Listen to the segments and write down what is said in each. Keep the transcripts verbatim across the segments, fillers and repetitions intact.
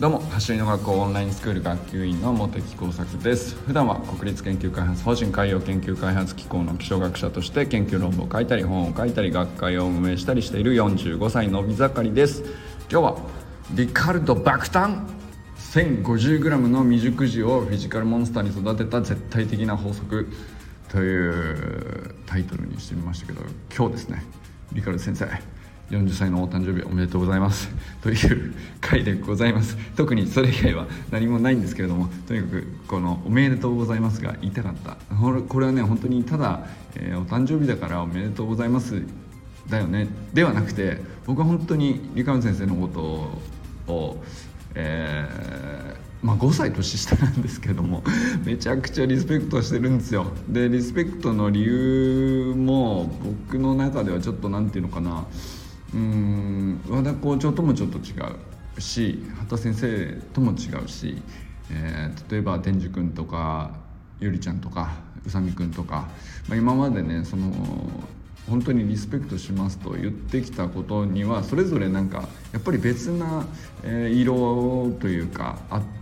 どうも走りの学校オンラインスクール学級委員の茂木耕作です。普段は国立研究開発法人海洋研究開発機構の気象学者として研究論文を書いたり本を書いたり学会を運営したりしているよんじゅうごさいのび盛りです。今日はリカルド爆誕 せんごじゅうグラム の未熟児をフィジカルモンスターに育てた絶対的な法則というタイトルにしてみましたけど、今日ですね、リカルド先生よんじゅっさいのお誕生日おめでとうございますという回でございます。特にそれ以外は何もないんですけれども、とにかくこのおめでとうございますが言いたかった。これはね、本当にただ、えー、お誕生日だからおめでとうございますだよねではなくて、僕は本当にリカルド先生のことを、えーまあ、ごさい年下なんですけどもめちゃくちゃリスペクトしてるんですよ。でリスペクトの理由も僕の中ではちょっとなんていうのかな、うーん和田校長ともちょっと違うし、畑先生とも違うし、えー、例えば天寿君とかゆりちゃんとか宇佐美君とか、まあ、今までねその本当にリスペクトしますと言ってきたことにはそれぞれなんかやっぱり別な、えー、色というかあって、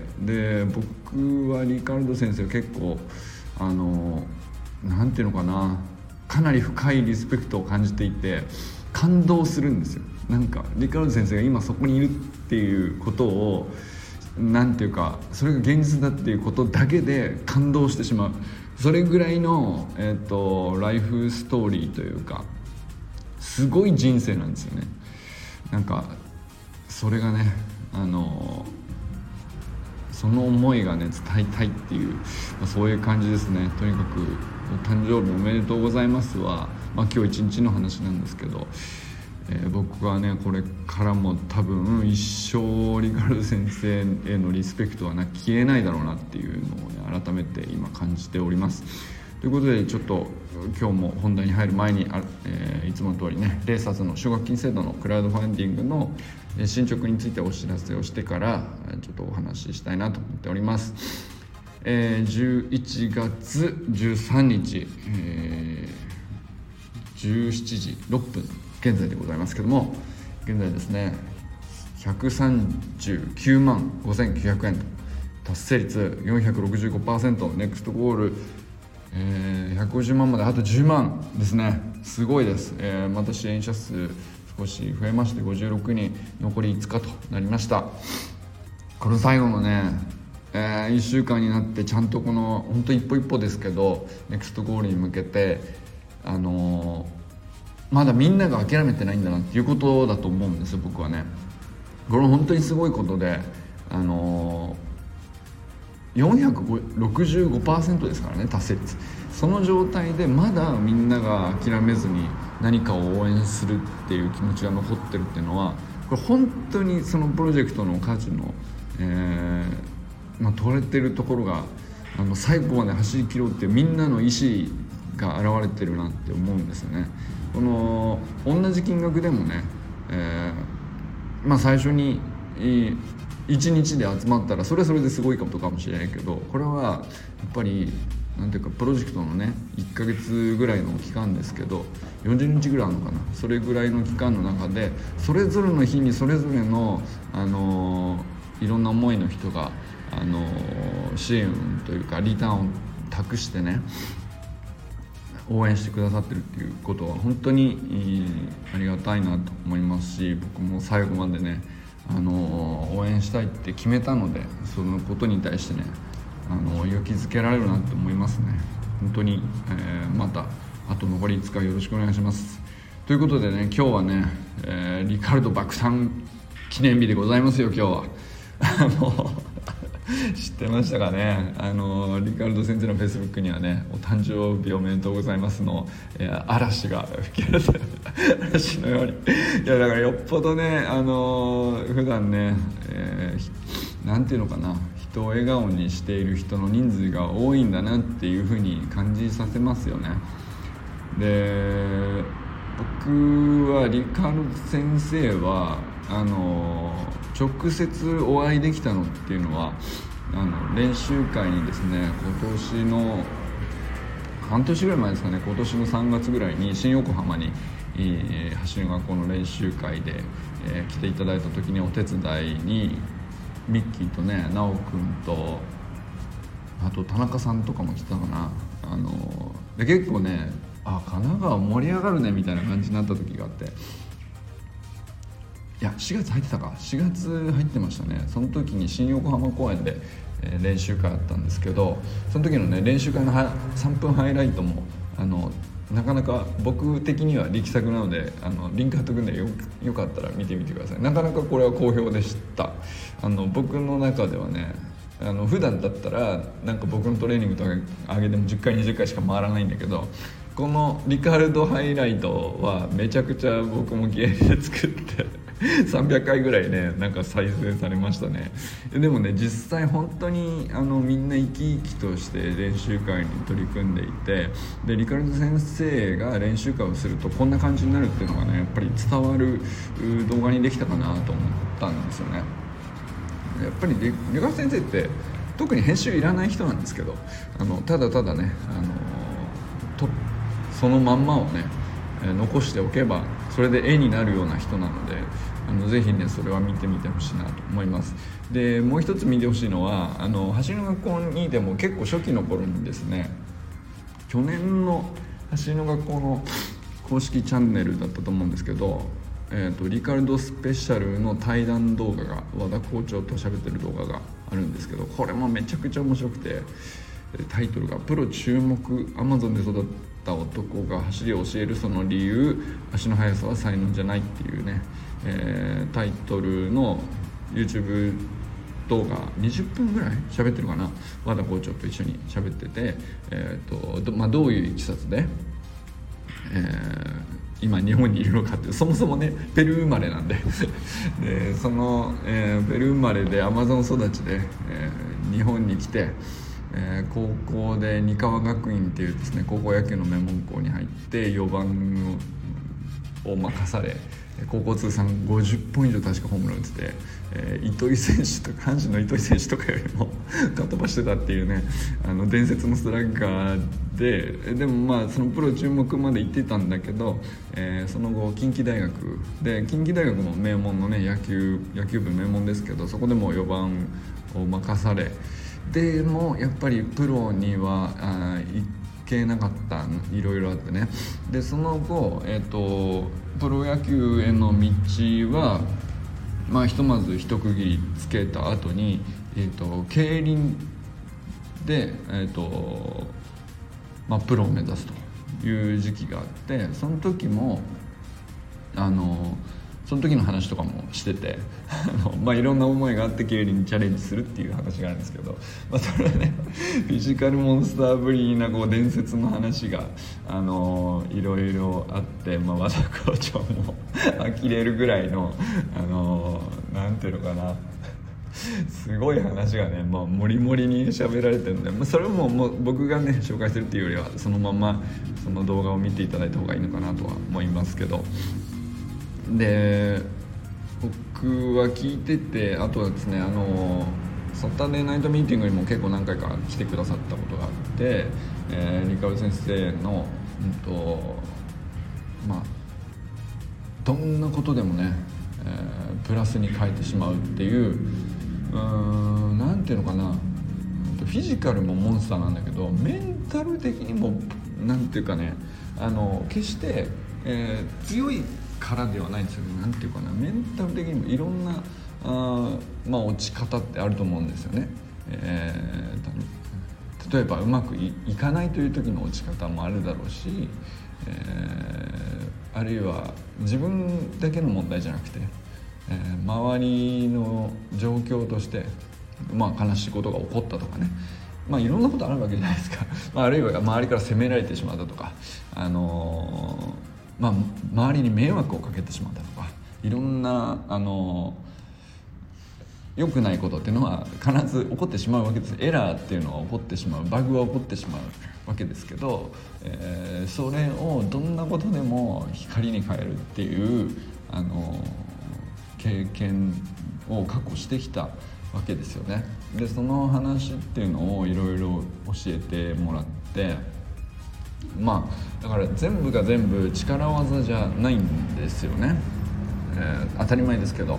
で僕はリカルド先生は結構あのなんていうのかな、かなり深いリスペクトを感じていて感動するんですよ。なんかリカルド先生が今そこにいるっていうことをなんていうか、それが現実だっていうことだけで感動してしまう、それぐらいの、えーと、ライフストーリーというかすごい人生なんですよね。なんかそれがね、あのその思いがね伝えたいっていう、まあ、そういう感じですね。とにかくお誕生日おめでとうございますは、まあ、今日一日の話なんですけど、えー、僕はねこれからも多分一生リカルド先生へのリスペクトはな消えないだろうなっていうのを、ね、改めて今感じております。ということでちょっと今日も本題に入る前にあ、えー、いつもの通りねレーサーズの奨学金制度のクラウドファンディングの進捗についてお知らせをしてからちょっとお話ししたいなと思っております。えー、じゅういちがつじゅうさんにち、えー、じゅうしちじろっぷん現在でございますけども、現在ですねひゃくさんじゅうきゅうまんごせんきゅうひゃくえんと達成率 よんひゃくろくじゅうごパーセント、 ネクストゴール、えー、ひゃくごじゅうまんまであとじゅうまんですね。すごいです、えー、また支援者数少し増えましてごじゅうろくにん、残りいつかとなりました。この最後のね、えー、いっしゅうかんになってちゃんとこの本当一歩一歩ですけどネクストゴールに向けてあのーまだみんなが諦めてないんだなっていうことだと思うんですよ。僕はねこれ本当にすごいことで、あのー、よんひゃくろくじゅうごパーセント ですからね達成率。その状態でまだみんなが諦めずに何かを応援するっていう気持ちが残ってるっていうのは、これ本当にそのプロジェクトの価値の、えーまあ、取れてるところがあの最後まで走り切ろうっていうみんなの意思が現れてるなって思うんですよね。この同じ金額でもね、えーまあ、最初にいちにちで集まったらそれはそれですごいことかもしれないけど、これはやっぱりなんていうかプロジェクトのねいっかげつぐらいの期間ですけどよんじゅうにちぐらいあるのかな、それぐらいの期間の中でそれぞれの日にそれぞれの、あのー、いろんな思いの人が、あのー、支援というかリターンを託してね応援してくださってるっていうことは本当にありがたいなと思いますし、僕も最後までね、あのー、応援したいって決めたのでそのことに対してね、あのー、勇気づけられるなと思いますね。本当に、えー、またあと残りいつかよろしくお願いします。ということでね、今日はね、えー、リカルド爆誕記念日でございますよ。今日はもう知ってましたかね。あのリカルド先生のフェイスブックにはねお誕生日おめでとうございますの、えー、嵐が吹き荒れて嵐のようにいやだからよっぽどね、あの普段ね、えー、なんていうのかな、人を笑顔にしている人の人数が多いんだなっていう風に感じさせますよね。で僕はリカルド先生はあの直接お会いできたのっていうのはあの練習会にですね、今年の半年ぐらい前ですかね、今年のさんがつぐらいに新横浜に、えー、走りの学校の練習会で、えー、来ていただいた時にお手伝いにミッキーとね奈くんとあと田中さんとかも来てたかな。あので結構ねあ神奈川盛り上がるねみたいな感じになった時があって、いやしがつ入ってたかしがつ入ってましたね。その時に新横浜公園で、えー、練習会あったんですけど、その時のね練習会のさんぷんハイライトもあのなかなか僕的には力作なのであのリンク貼っとくんで よ, よかったら見てみてください。なかなかこれは好評でした。あの僕の中ではねあの普段だったらなんか僕のトレーニングとか上げてもじゅっかいにじゅっかいしか回らないんだけど、このリカルドハイライトはめちゃくちゃ僕も気合いで作ってさんびゃっかいぐらいねなんか再生されましたね。でもね実際本当にあのみんな生き生きとして練習会に取り組んでいて、でリカルド先生が練習会をするとこんな感じになるっていうのがねやっぱり伝わる動画にできたかなと思ったんですよね。やっぱりリカルド先生って特に編集いらない人なんですけど、あのただただねあのとそのまんまをね残しておけばそれで絵になるような人なので、あのぜひねそれは見てみてほしいなと思います。でもう一つ見てほしいのはあの走りの学校にでも結構初期の頃にですね、去年の走りの学校の公式チャンネルだったと思うんですけど、えーと、リカルドスペシャルの対談動画が和田校長と喋ってる動画があるんですけど、これもめちゃくちゃ面白くて、タイトルがプロ注目アマゾンで育った男が走りを教えるその理由、足の速さは才能じゃないっていうね、えー、タイトルの YouTube 動画にじゅっぷんぐらい喋ってるかな。和田校長と一緒に喋ってて、えーとまあ、どういういきさつで、えー今日本にいるのかって、そもそもねペルー生まれなんででその、えー、ペルー生まれでアマゾン育ちで、えー、日本に来て、えー、高校で二川学院っていうですね高校野球の名門校に入ってよばんを任され、高校通算ごじゅっぽん以上確かホームラン打ってて、えー、糸井選手とか阪神の糸井選手とかよりもかっ飛ばしてたっていうね、あの伝説のスラッガーで、でもまあそのプロ注目まで行ってたんだけど、えー、その後近畿大学で近畿大学も名門のね野球野球部名門ですけど、そこでもよばんを任され、でもやっぱりプロにはあ行けなかった、いろいろあってね。でその後、えーと、プロ野球への道はまあひとまず一区切りつけた後に、えーと、競輪で、えーとまあ、プロを目指すという時期があって、その時もあのその時の話とかもしててあの、まあ、いろんな思いがあって競輪にチャレンジするっていう話があるんですけど、まあ、それはねフィジカルモンスターぶりなこう伝説の話があのいろいろあって、まあ、和田校長も呆れるぐらいのあのなんていうのかなすごい話がね、まあ、もりもりに喋られてるので、まあ、それももう僕がね紹介するっていうよりはそのままその動画を見ていただいた方がいいのかなとは思いますけど、で僕は聞いてて、あとはですねあのサタデーナイトミーティングにも結構何回か来てくださったことがあって、えー、リカル先生の、うんとまあ、どんなことでもね、えー、プラスに変えてしまうっていううーんなんていうのかな、フィジカルもモンスターなんだけどメンタル的にもなんていうかね、あの決して、えー、強いからではないんですよね。なんていうかな、メンタル的にもいろんなあ、まあ、落ち方ってあると思うんですよね。えー、例えばうまく い, いかないという時の落ち方もあるだろうし、えー、あるいは自分だけの問題じゃなくて、えー、周りの状況として、まあ、悲しいことが起こったとかね、まあ、いろんなことあるわけじゃないですか、まあ、あるいは周りから責められてしまったとか、あのーまあ、周りに迷惑をかけてしまったとか、いろんなあの良くないことっていうのは必ず起こってしまうわけです。エラーっていうのは起こってしまう、バグは起こってしまうわけですけど、えー、それをどんなことでも光に変えるっていうあの経験を過去してきたわけですよね。でその話っていうのをいろいろ教えてもらって、まあだから全部が全部力技じゃないんですよね、えー、当たり前ですけど、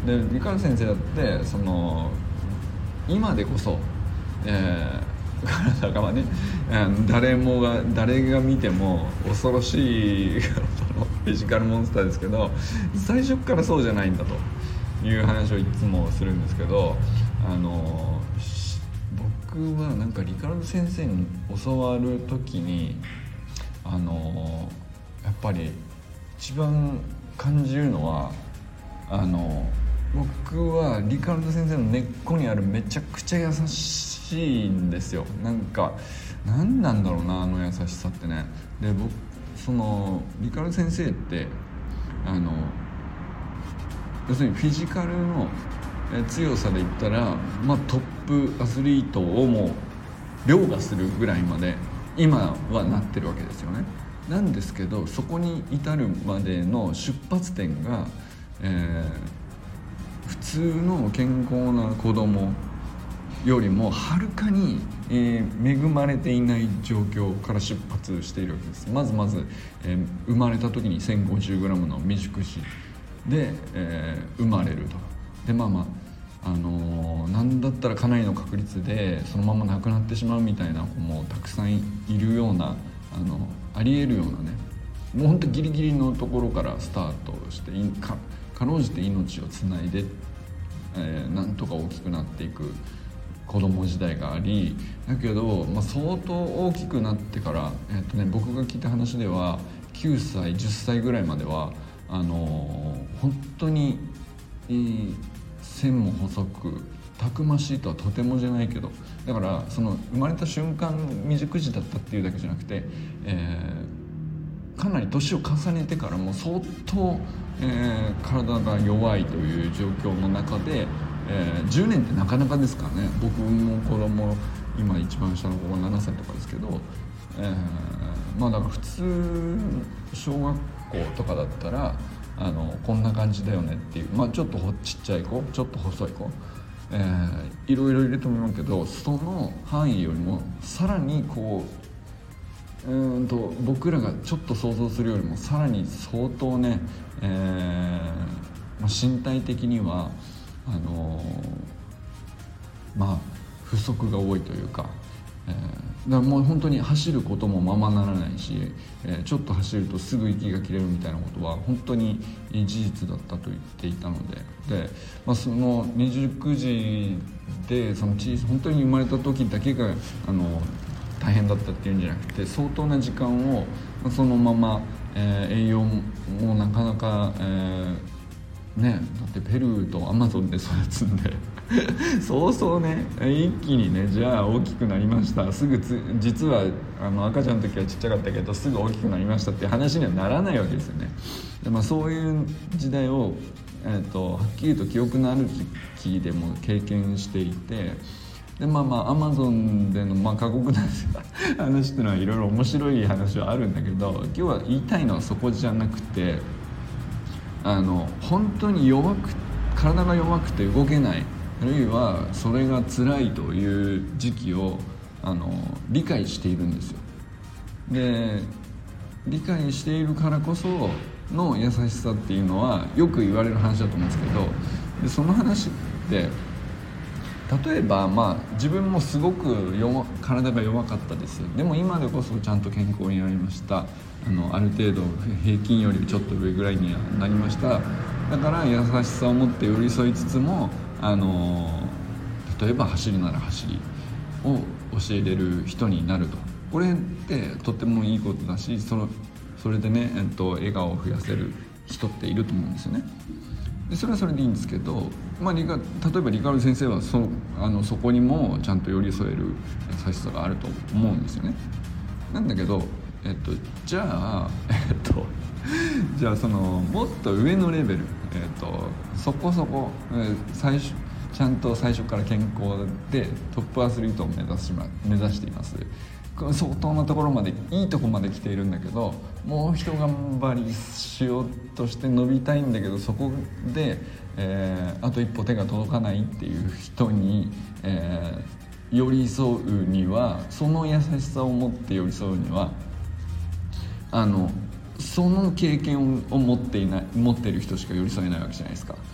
でリカルド先生だってその今でこそ、えー、体がね誰もが誰が見ても恐ろしいフィジカルモンスターですけど、最初からそうじゃないんだという話をいつもするんですけど、あの僕はなんかリカルド先生に教わる時にあのやっぱり一番感じるのはあの僕はリカルド先生の根っこにあるめちゃくちゃ優しいんですよ。なんか何なんだろうな、あの優しさってね。で僕そのリカルド先生ってあの要するにフィジカルの強さで言ったら、まあ、トップアスリートをもう凌駕するぐらいまで今はなってるわけですよね。なんですけどそこに至るまでの出発点が、えー、普通の健康な子供よりもはるかに、えー、恵まれていない状況から出発しているわけです。まずまず、えー、生まれた時に せんごじゅうグラム の未熟児で、えー、生まれると。でまあまあ、あのー、なんだったらかなりの確率でそのまま亡くなってしまうみたいな子もたくさんいるような、あのありえるようなね、もうほんとギリギリのところからスタートしてかかろうじて命をつないで、えー、なんとか大きくなっていく子供時代があり、だけど、まあ、相当大きくなってから、えーとね、僕が聞いた話ではきゅうさいじゅっさいぐらいまではあのー、本当に、えー、線も細くたくましいとはとてもじゃないけど、だからその生まれた瞬間未熟児だったっていうだけじゃなくて、えー、かなり年を重ねてからも相当、えー、体が弱いという状況の中で、えー、じゅうねんってなかなかですからね。僕も子供今一番下の子がななさいとかですけど、えー、まあだから普通小学校とかだったらあのこんな感じだよねっていう、まあちょっとちっちゃい子ちょっと細い子、えー、いろいろいると思うけど、その範囲よりもさらにこううーんと僕らがちょっと想像するよりもさらに相当ね、えーまあ、身体的にはあのー、まあ不足が多いというか、えー、だからもう本当に走ることもままならないし、えー、ちょっと走るとすぐ息が切れるみたいなことは本当に事実だったと言っていたので、で、まあ、その未熟児でその小本当に生まれた時だけがあの大変だったっていうんじゃなくて、相当な時間をそのまま、えー、栄養もなかなか、えーね、だってペルーとアマゾンで育つんでそうそうね一気にねじゃあ大きくなりましたすぐつ実はあの赤ちゃんの時はちっちゃかったけどすぐ大きくなりましたっていう話にはならないわけですよね。で、まあ、そういう時代を、えーと、はっきりと記憶のある時期でも経験していて、でまあまあアマゾンでの、まあ、過酷な話っていうのはいろいろ面白い話はあるんだけど、今日は言いたいのはそこじゃなくて、あの本当に弱く体が弱くて動けない、あるいはそれが辛いという時期をあの理解しているんですよ。で理解しているからこその優しさっていうのはよく言われる話だと思うんですけど、でその話って例えば、まあ、自分もすごく弱体が弱かったです。でも今でこそちゃんと健康になりました。あのある程度平均よりちょっと上ぐらいにはなりました。だから優しさを持って寄り添いつつも、あの例えば走るなら走りを教えれる人になると、これってとってもいいことだし、そのそれでね、えっと、笑顔を増やせる人っていると思うんですよね。でそれはそれでいいんですけど、まあ、リカ例えばリカルド先生は そ, あのそこにもちゃんと寄り添える優しさがあると思うんですよね。なんだけど、えっと、じゃあ、えっと、じゃあそのもっと上のレベル、えっと、そこそこ、えー、最初ちゃんと最初から健康でトップアスリートを目指し、ま、目指しています。相当なところまでいいところまで来ているんだけど、もう一頑張りしようとして伸びたいんだけど、そこで、えー、あと一歩手が届かないっていう人に、えー、寄り添うには、その優しさを持って寄り添うには、あのその経験を持っていない持っている人しか寄り添えないわけじゃないですか。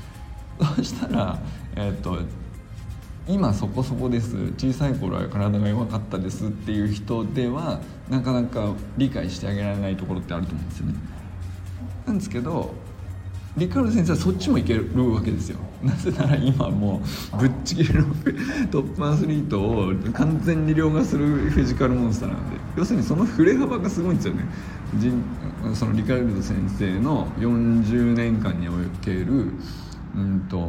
そしたら、えー、と今そこそこです、小さい頃は体が弱かったですっていう人ではなかなか理解してあげられないところってあると思うんですよね。なんですけどリカルド先生はそっちもいけるわけですよ。なぜなら今もうぶっちぎりのトップアスリートを完全に凌駕するフィジカルモンスターなんで、要するにその振れ幅がすごいんですよね。そのリカルド先生のよんじゅうねんかんにおけるうんと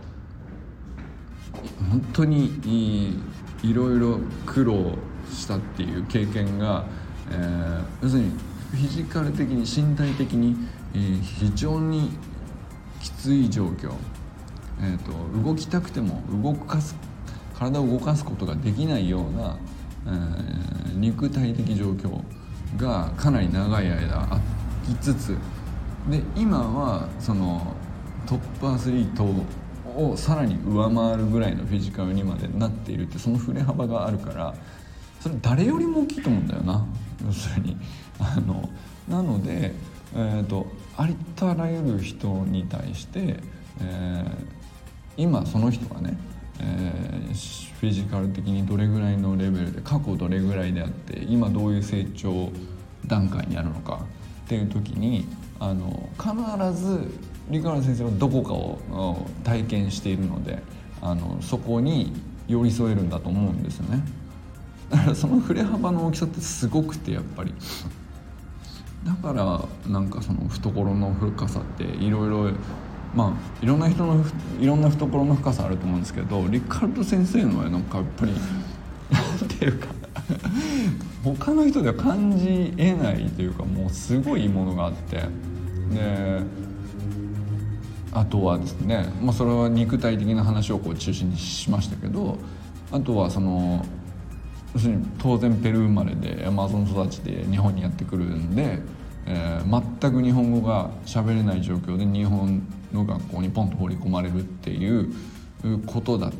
本当にいろいろ苦労したっていう経験が、えー、要するにフィジカル的に身体的に、えー、非常にきつい状況、えーと、動きたくても動かす体を動かすことができないような、えー、肉体的状況がかなり長い間ありつつで、今はそのトップアスリートをさらに上回るぐらいのフィジカルにまでなっているって、その振れ幅があるから、それ誰よりも大きいと思うんだよな。要するにあのなので、えーと、ありとあらゆる人に対して、えー、今その人がね、えー、フィジカル的にどれぐらいのレベルで、過去どれぐらいであって今どういう成長段階にあるのかっていう時に、あの必ずリカルド先生はどこかを体験しているので、あのそこに寄り添えるんだと思うんですよね。だからその振れ幅の大きさってすごくて、やっぱりだからなんかその懐の深さっていろいろ、まあいろんな人のいろんな懐の深さあると思うんですけど、リカルド先生のはなんかやっぱりなんていうか他の人では感じえないというか、もうすごいものがあって、であとはですね、まあ、それは肉体的な話をこう中心にしましたけど、あとはその要するに当然ペルー生まれでアマゾン育ちで日本にやってくるんで、えー、全く日本語が喋れない状況で日本の学校にポンと放り込まれるっていうことだって、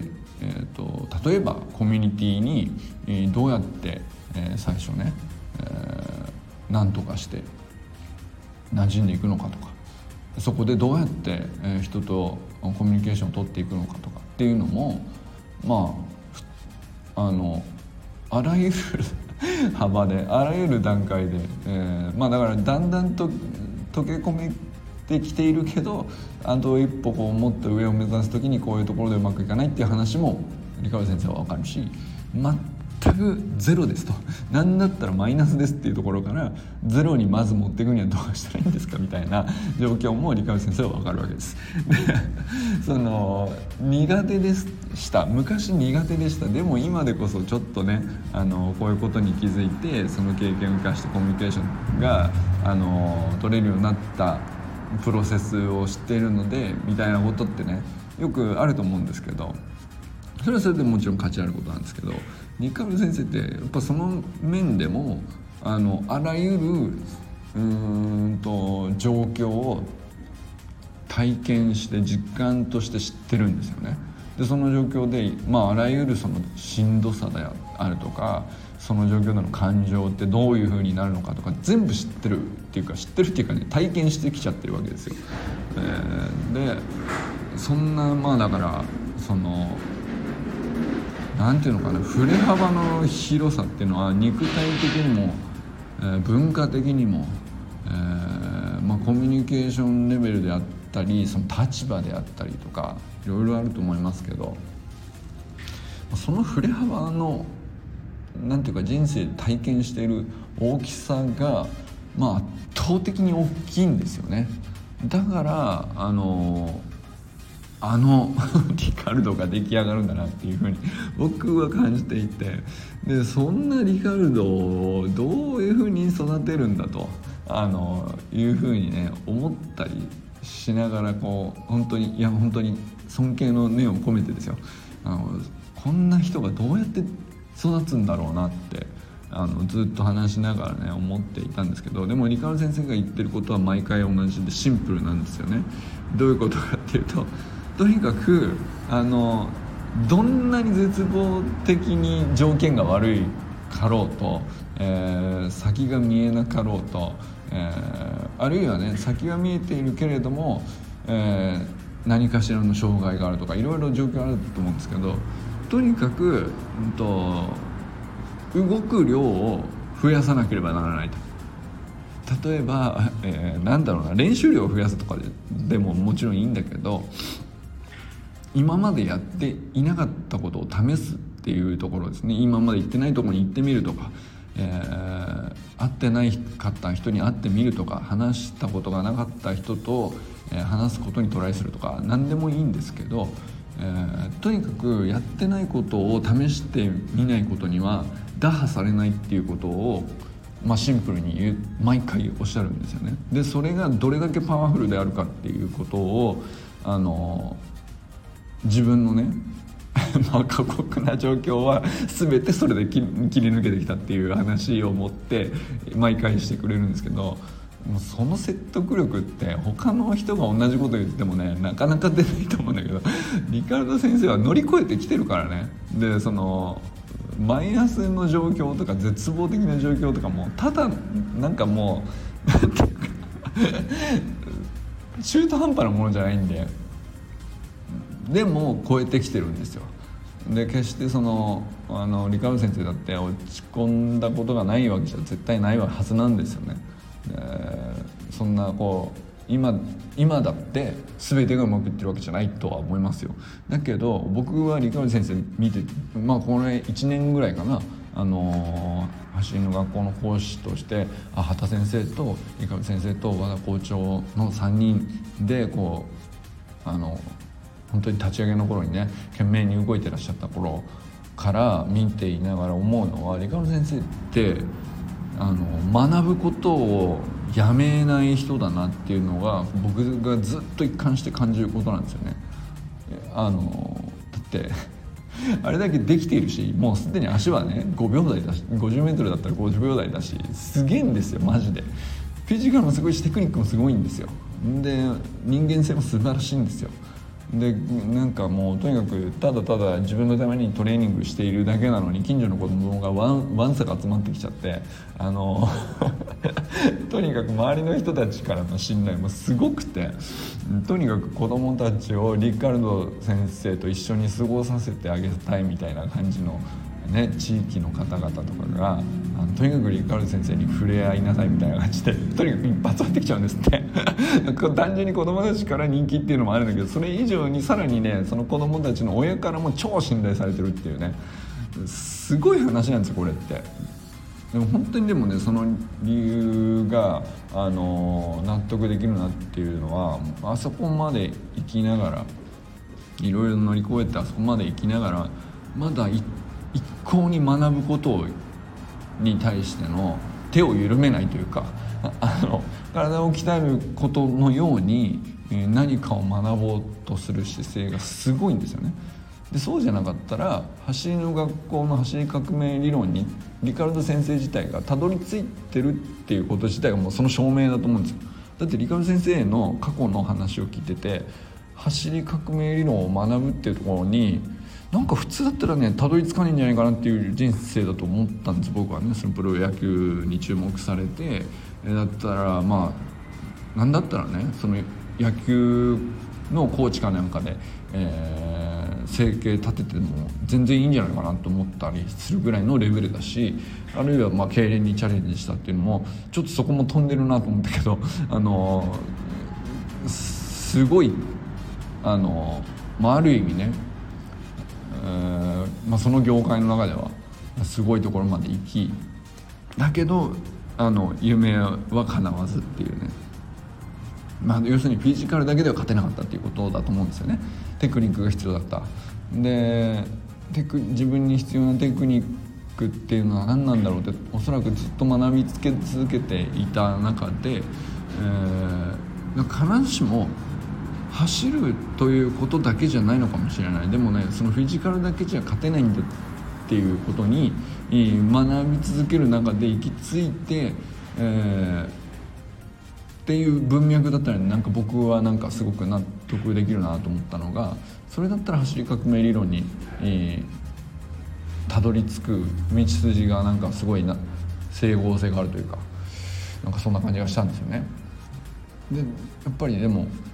えー、と例えばコミュニティにどうやって、えー、最初ね、えー、何とかして馴染んでいくのかとか、そこでどうやって人とコミュニケーションを取っていくのかとかっていうのも、まああのあらゆる幅であらゆる段階で、えー、まあだからだんだんと溶け込めてきているけど、あと一歩こうもっと上を目指す時にこういうところでうまくいかないっていう話もリカルド先生は分かるし、全くゼロですと、なんだったらマイナスですっていうところからゼロにまず持っていくにはどうしたらいいんですかみたいな状況もリカルド先生は分かるわけです。でその苦手でした昔苦手でした。でも今でこそちょっとね、あのこういうことに気づいてその経験を生かしてコミュニケーションがあの取れるようになったプロセスを知っているのでみたいなことってね、よくあると思うんですけど、それはそれでもちろん価値あることなんですけど、リカルド先生ってやっぱその面でもあのあらゆるうーんと状況を体験して実感として知ってるんですよね。でその状況で、まあ、あらゆるそのしんどさであるとか、その状況での感情ってどういう風になるのかとか全部知ってるっていうか知ってるっていうかね、体験してきちゃってるわけですよ。えー、でそんなまあだからそのなんていうのかな、振れ幅の広さっていうのは肉体的にも、えー、文化的にも、えーまあ、コミュニケーションレベルであったり、その立場であったりとかいろいろあると思いますけど、その振れ幅のなんていうか人生で体験している大きさが、まあ、圧倒的に大きいんですよね。だからあのあのリカルドが出来上がるんだなっていうふうに僕は感じていて、でそんなリカルドをどういうふうに育てるんだとあのいうふうにね思ったりしながら、こう本当にいや本当に尊敬の念を込めてですよ、あのこんな人がどうやって育つんだろうなってあのずっと話しながらね思っていたんですけど、でもリカルド先生が言ってることは毎回同じでシンプルなんですよね。どういうことかっていうと、とにかくあのどんなに絶望的に条件が悪いかろうと、えー、先が見えなかろうと、えー、あるいはね先は見えているけれども、え何かしらの障害があるとかいろいろ状況あると思うんですけど、とにかく、うんと、動く量を増やさなければならないと。例えば、えー、なんだろうな練習量を増やすとか で, でももちろんいいんだけど、今までやっていなかったことを試すっていうところですね。今まで行ってないところに行ってみるとか、えー、会ってないかった人に会ってみるとか、話したことがなかった人と、えー、話すことにトライするとか、何でもいいんですけど、えー、とにかくやってないことを試してみないことには打破されないっていうことを、まあ、シンプルに言う毎回おっしゃるんですよね。でそれがどれだけパワフルであるかっていうことを、あの自分のねまあ過酷な状況は全てそれで切り抜けてきたっていう話を持って毎回してくれるんですけど、もうその説得力って他の人が同じこと言ってもねなかなか出ないと思うんだけど、リカルド先生は乗り越えてきてるからね。でそのマイナスの状況とか絶望的な状況とかもただなんかもうなんていうか中途半端なものじゃないんで、でも超えてきてるんですよ。で決してそのあのリカルド先生だって落ち込んだことがないわけじゃ絶対ないはずなんですよね。でそんなこう今今だって全てがうまくいってるわけじゃないとは思いますよ。だけど僕はリカルド先生見て、まあこれいちねんぐらいかな、あのー、走りの学校の講師としてあ畑先生とリカルド先生と和田校長のさんにんでこうあの本当に立ち上げの頃にね懸命に動いてらっしゃった頃から見ていながら思うのは、リカルド先生ってあの学ぶことをやめない人だなっていうのが僕がずっと一貫して感じることなんですよね。あのだってあれだけできているし、もうすでに足はねごびょうだいだし、ごじゅうメートルだったらごじゅうびょうだいだし、すげえんですよマジで。フィジカルもすごいしテクニックもすごいんですよ。で人間性も素晴らしいんですよ。でなんかもうとにかくただただ自分のためにトレーニングしているだけなのに近所の子供がわんわんさか集まってきちゃって、あのとにかく周りの人たちからの信頼もすごくて、とにかく子供たちをリカルド先生と一緒に過ごさせてあげたいみたいな感じのね、地域の方々とかがあのとにかくリカルド先生に触れ合いなさいみたいな感じでとにかく一発入ってきちゃうんですって単純に子供たちから人気っていうのもあるんだけど、それ以上にさらにねその子供たちの親からも超信頼されてるっていうね、すごい話なんですよこれって。でも本当にでもねその理由があの納得できるなっていうのは、あそこまで生きながらいろいろ乗り越えてあそこまで生きながらまだ一一向に学ぶことに対しての手を緩めないというか、あの体を鍛えることのように何かを学ぼうとする姿勢がすごいんですよね。でそうじゃなかったら走りの学校の走り革命理論にリカルド先生自体がたどり着いてるっていうこと自体がもうその証明だと思うんですよ。だってリカルド先生の過去の話を聞いてて走り革命理論を学ぶっていうところになんか普通だったらねたどり着かないんじゃないかなっていう人生だと思ったんです僕はね。そのプロ野球に注目されてだったらまあなんだったらねその野球のコーチかなんかで、えー、生計立てても全然いいんじゃないかなと思ったりするぐらいのレベルだし、あるいはまあ競輪にチャレンジしたっていうのもちょっとそこも飛んでるなと思ったけど、あのー、すごいあのー、まあある意味ねえーまあ、その業界の中ではすごいところまで行きだけどあの夢は叶わずっていうね、まあ、要するにフィジカルだけでは勝てなかったっていうことだと思うんですよね。テクニックが必要だったでテク自分に必要なテクニックっていうのは何なんだろうっておそらくずっと学びつけ続けていた中で、えー、必ずしも走るということだけじゃないのかもしれない。でもねそのフィジカルだけじゃ勝てないんだっていうことに学び続ける中で行き着いて、えー、っていう文脈だったらなんか僕はなんかすごく納得できるなと思ったのが、それだったら走り革命理論にたどり着く道筋がなんかすごいな整合性があるというかなんかそんな感じがしたんですよね。でやっぱりでも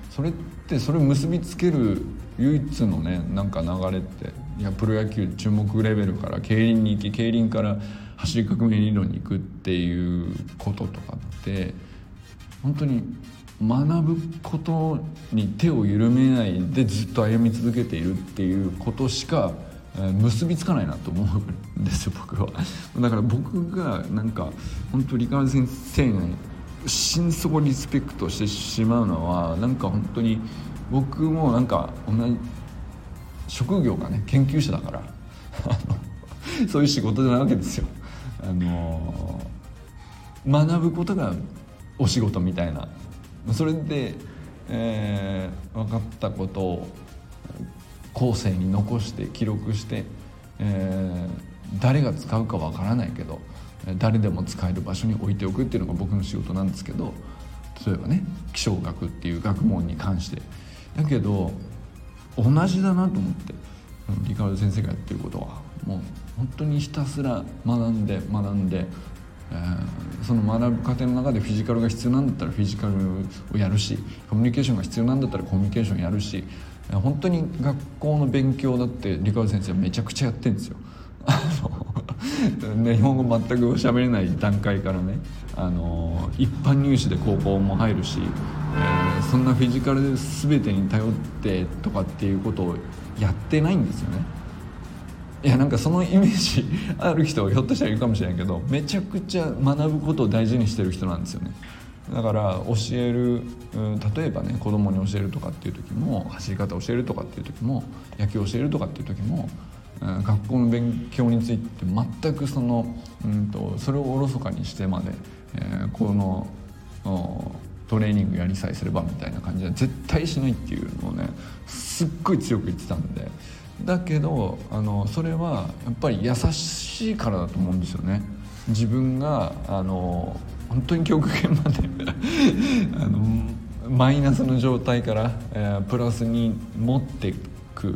それってそれを結びつける唯一のねなんか流れって、いやプロ野球注目レベルから競輪に行き、競輪から走り革命理論に行くっていうこととかって本当に学ぶことに手を緩めないでずっと歩み続けているっていうことしか結びつかないなと思うんですよ僕は。だから僕がなんか本当理科先生に心底リスペクトしてしまうのは、なんか本当に僕もなんか同じ職業がね研究者だからそういう仕事じゃないわけですよ。あの学ぶことがお仕事みたいな、それで、えー、分かったことを後世に残して記録して、えー、誰が使うかわからないけど誰でも使える場所に置いておくっていうのが僕の仕事なんですけど、例えばね気象学っていう学問に関してだけど同じだなと思って、リカルド先生がやってることはもう本当にひたすら学んで学んで、えー、その学ぶ過程の中でフィジカルが必要なんだったらフィジカルをやるし、コミュニケーションが必要なんだったらコミュニケーションやるし、本当に学校の勉強だってリカルド先生はめちゃくちゃやってるんですよ。あの日本語全く喋れない段階からね、あの一般入試で高校も入るし、えー、そんなフィジカルで全てに頼ってとかっていうことをやってないんですよね。いやなんかそのイメージある人はひょっとしたらいるかもしれないけど、めちゃくちゃ学ぶことを大事にしてる人なんですよね。だから教える、うん、例えばね子供に教えるとかっていう時も、走り方を教えるとかっていう時も、野球を教えるとかっていう時も、うん、学校の勉強について全くその、うんと、それをおろそかにしてまで、えー、このトレーニングやりさえすればみたいな感じは絶対しないっていうのをねすっごい強く言ってたんで、だけどあのそれはやっぱり優しいからだと思うんですよね。自分があの本当に極限まであのマイナスの状態から、えー、プラスに持っていく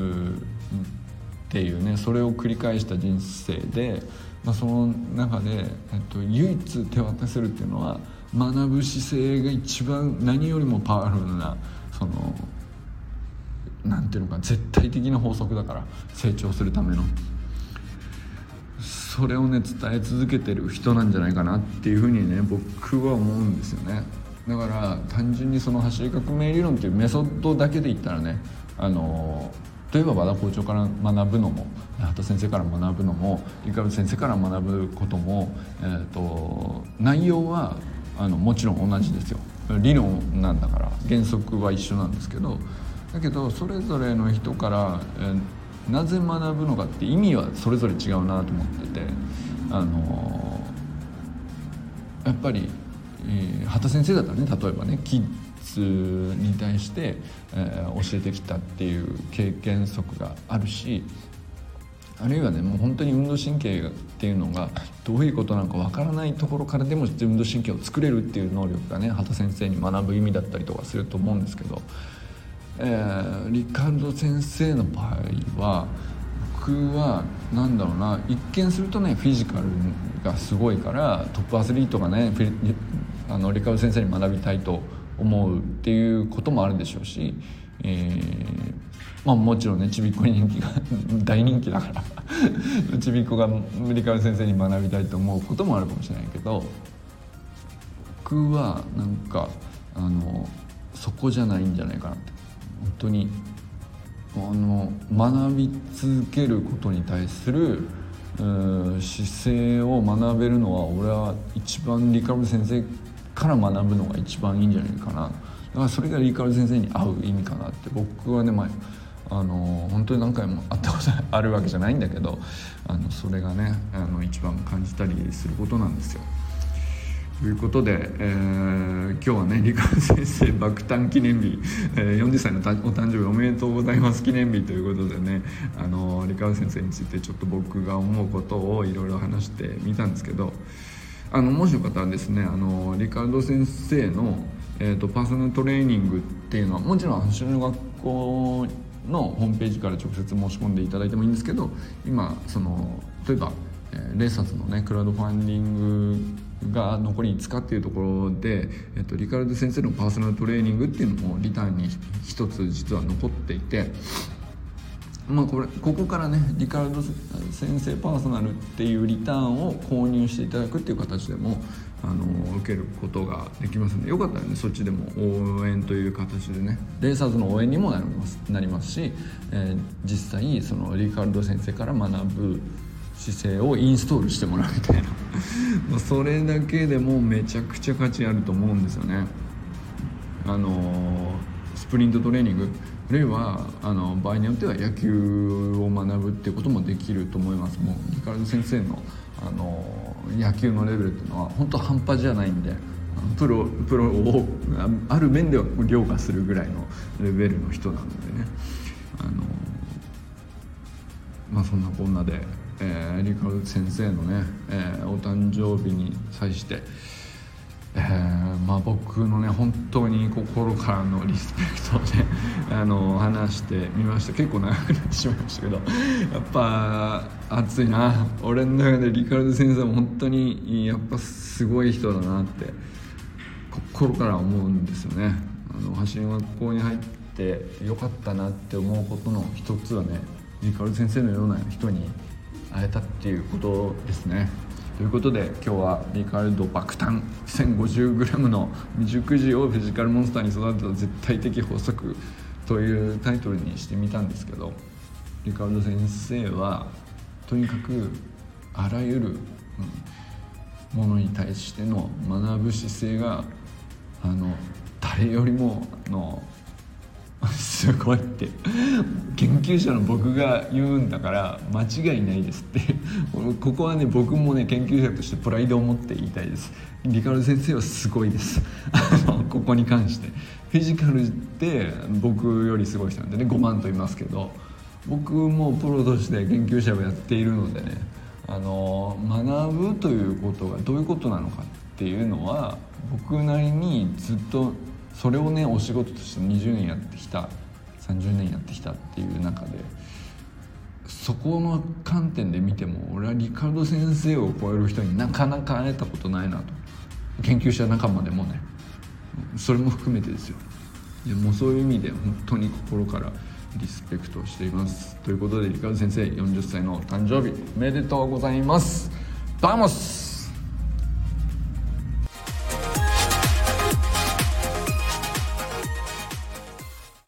っていうね、それを繰り返した人生で、まあ、その中で、えっと、唯一手渡せるっていうのは学ぶ姿勢が一番何よりもパワフルな、そのなんていうのか絶対的な法則だから、成長するためのそれをね伝え続けてる人なんじゃないかなっていうふうにね僕は思うんですよね。だから単純にその走り革命理論っていうメソッドだけで言ったらね、あの例えば和田校長から学ぶのも八幡先生から学ぶのもリカルド先生から学ぶことも、えー、と内容はあのもちろん同じですよ。理論なんだから原則は一緒なんですけど、だけどそれぞれの人から、えーなぜ学ぶのかって意味はそれぞれ違うなと思ってて、あのー、やっぱり、えー、畑先生だったらね、例えばねキッズに対して、えー、教えてきたっていう経験則があるし、あるいはねもう本当に運動神経っていうのがどういうことなのかわからないところからでも運動神経を作れるっていう能力がね畑先生に学ぶ意味だったりとかすると思うんですけど、えー、リカルド先生の場合は僕はなんだろうな、一見するとねフィジカルがすごいからトップアスリートがねあのリカルド先生に学びたいと思うっていうこともあるでしょうし、えーまあ、もちろんねちびっこに人気が大人気だからちびっこがリカルド先生に学びたいと思うこともあるかもしれないけど、僕はなんかあのそこじゃないんじゃないかなって。本当にあの学び続けることに対する姿勢を学べるのは俺は一番リカルド先生から学ぶのが一番いいんじゃないかな。だからそれがリカルド先生に合う意味かなって僕はね、まあ、あの本当に何回も会ったことあるわけじゃないんだけど、あのそれがねあの一番感じたりすることなんですよ。ということで、えー、今日はねリカルド先生爆誕記念日、えー、よんじゅっさいのお誕生日おめでとうございます記念日ということでね、あのリカルド先生についてちょっと僕が思うことをいろいろ話してみたんですけど、あのもしよかったらですね、あのリカルド先生の、えーと、パーソナルトレーニングっていうのはもちろん走りの学校のホームページから直接申し込んでいただいてもいいんですけど、今その例えばレーサスのねクラウドファンディングが残りいつかっていうところで、えっと、リカルド先生のパーソナルトレーニングっていうのもリターンに一つ実は残っていて、まあ、これここからねリカルド先生パーソナルっていうリターンを購入していただくっていう形でもあの受けることができますので、よかったらねそっちでも応援という形でねレーサーズの応援にもなります、なりますし、えー、実際そのリカルド先生から学ぶ姿勢をインストールしてもらうみたいなまあそれだけでもめちゃくちゃ価値あると思うんですよね。あのー、スプリントトレーニングあるいはあの場合によっては野球を学ぶっていうこともできると思います。もうリカルド先生の、あの野球のレベルっていうのは本当半端じゃないんで、プロ、プロをある面では凌駕するぐらいのレベルの人なのでね、あのまあそんなこんなで、えー、リカルド先生のね、えー、お誕生日に際してえーまあ、僕のね本当に心からのリスペクトをねあの話してみました。結構長くなってしまいましたけど、やっぱ熱いな。俺の中でリカルド先生も本当にやっぱすごい人だなって心から思うんですよね。あの走り学校に入ってよかったなって思うことの一つはね、リカルド先生のような人に会えたっていうことですね。ということで今日はリカルド爆誕 せんごじゅうグラム の未熟児をフィジカルモンスターに育てた絶対的法則というタイトルにしてみたんですけど、リカルド先生はとにかくあらゆる、うん、ものに対しての学ぶ姿勢があの誰よりものすごいって研究者の僕が言うんだから間違いないですってここはね僕もね研究者としてプライドを持って言いたいです。リカルド先生はすごいですここに関してフィジカルって僕よりすごい人なんでねごまんと言いますけど、僕もプロとして研究者をやっているのでね、あの学ぶということがどういうことなのかっていうのは僕なりにずっとそれをねお仕事としてにじゅうねんやってきたさんじゅうねんやってきたっていう中で、そこの観点で見ても俺はリカルド先生を超える人になかなか会えたことないなと。研究者仲間でもねそれも含めてですよ。でもうそういう意味で本当に心からリスペクトしています。ということでリカルド先生よんじゅっさいの誕生日おめでとうございます。バモス。